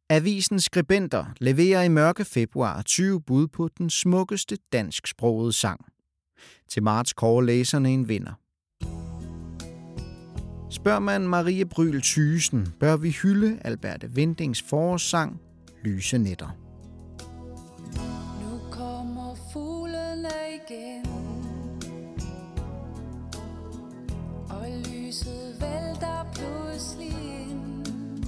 Avisens skribenter leverer i mørke februar 20 bud på den smukkeste dansksprogede sang. Til marts kårer læserne en vinder. Spørger man Marie Bryl Thyssen, bør vi hylde Alberte Windings forårssang Lyse nætter. Nu kommer fuglene igen, og lyset vælter pludselig ind.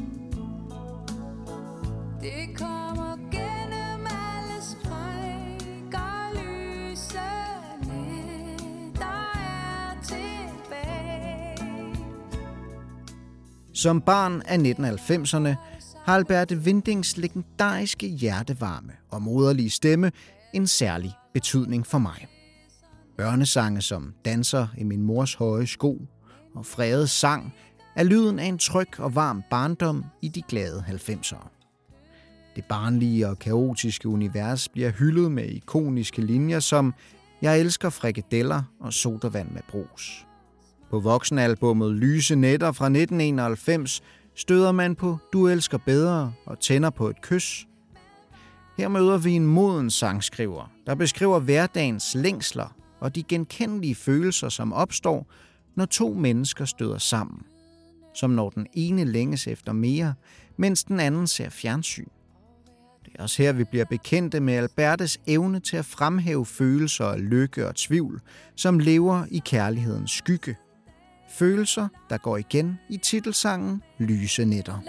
Det kommer gennem alle sprækker, lyse nætter er tilbage. Som barn af 1990'erne har Alberte Windings legendariske hjertevarme og moderlige stemme en særlig betydning for mig. Børnesange som Danser i min mors høje sko og Fredes sang er lyden af en tryg og varm barndom i de glade 90'ere. Det barnlige og kaotiske univers bliver hyldet med ikoniske linjer som Jeg elsker frikadeller og sodavand med brus. På voksenalbummet Lyse nætter fra 1991 støder man på Du elsker bedre og tænder på et kys. Her møder vi en moden sangskriver, der beskriver hverdagens længsler og de genkendelige følelser, som opstår, når to mennesker støder sammen. Som når den ene længes efter mere, mens den anden ser fjernsyn. Det er også her, vi bliver bekendte med Albertes evne til at fremhæve følelser af lykke og tvivl, som lever i kærlighedens skygge. Følelser, der går igen i titelsangen Lyse nætter.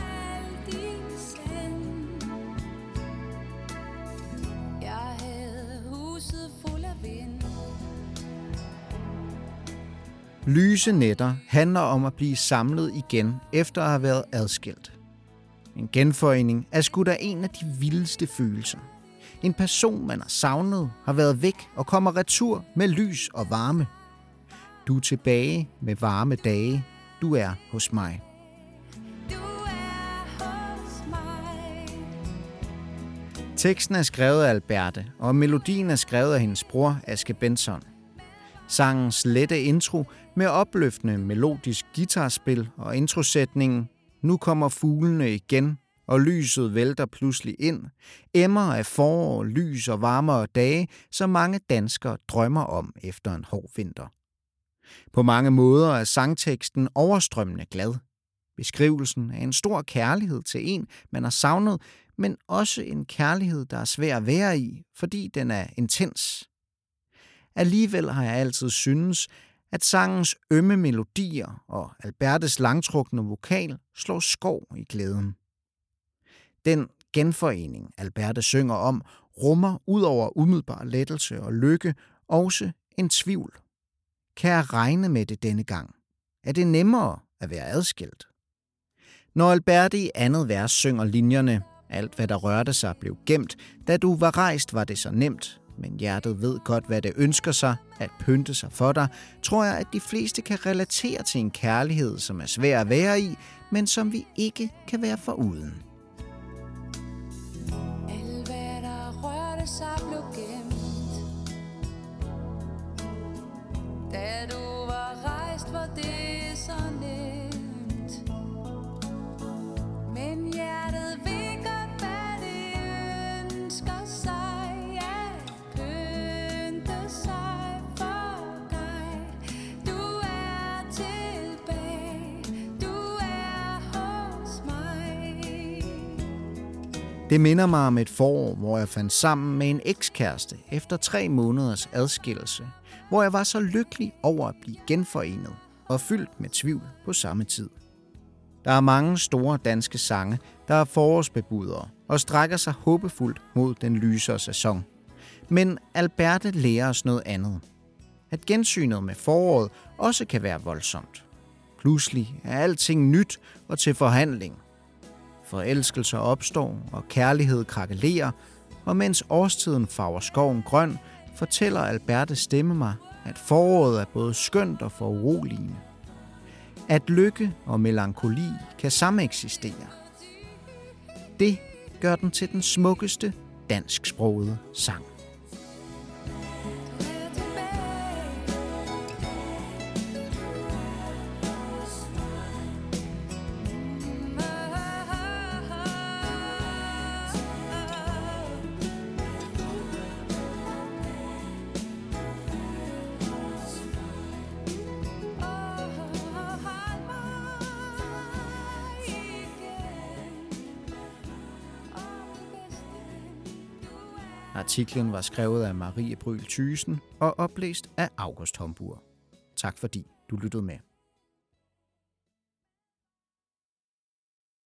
Lyse nætter handler om at blive samlet igen efter at have været adskilt. En genforening er sgu da en af de vildeste følelser. En person, man har savnet, har været væk og kommer retur med lys og varme. Du er tilbage med varme dage. Du er hos mig. Teksten er skrevet af Alberte, og melodien er skrevet af hendes bror Aske Bentzon. Sangens lette intro med opløftende melodisk guitarspil og introsætningen Nu kommer fuglene igen, og lyset vælter pludselig ind, emmer af forår, lys og varmere dage, som mange danskere drømmer om efter en hård vinter. På mange måder er sangteksten overstrømmende glad. Beskrivelsen af en stor kærlighed til en, man har savnet, men også en kærlighed, der er svær at være i, fordi den er intens. Alligevel har jeg altid syntes, at sangens ømme melodier og Albertes langtrukne vokal slår skår i glæden. Den genforening, Alberte synger om, rummer ud over umiddelbar lettelse og lykke også en tvivl. Kan jeg regne med det denne gang? Er det nemmere at være adskilt? Når Alberte i andet vers synger linjerne, alt hvad der rørte sig blev gemt, da du var rejst var det så nemt, men hjertet ved godt hvad det ønsker sig, at pynte sig for dig, tror jeg at de fleste kan relatere til en kærlighed, som er svær at være i, men som vi ikke kan være foruden. Alt hvad der rørte sig blev gemt, da du var rejst var det så nemt, men hjertet ved godt hvad det ønsker sig, at pynte sig for dig. Du er tilbage, du er hos mig. Det minder mig om et forår, hvor jeg fandt sammen med en ekskæreste efter 3 måneders adskillelse, hvor jeg var så lykkelig over at blive genforenet og fyldt med tvivl på samme tid. Der er mange store danske sange, der er forårsbebudere og strækker sig håbefuldt mod den lysere sæson. Men Alberte lærer os noget andet. At gensynet med foråret også kan være voldsomt. Pludselig er alting nyt og til forhandling. Forelskelser opstår, og kærlighed krakelerer, og mens årstiden farver skoven grøn, fortæller Albertes stemme mig, at foråret er både skønt og foruroligende. At lykke og melankoli kan sameksistere. Det gør den til den smukkeste dansksprogede sang. Artiklen var skrevet af Marie Bryl Thyssen og oplæst af August Homburg. Tak fordi du lyttede med.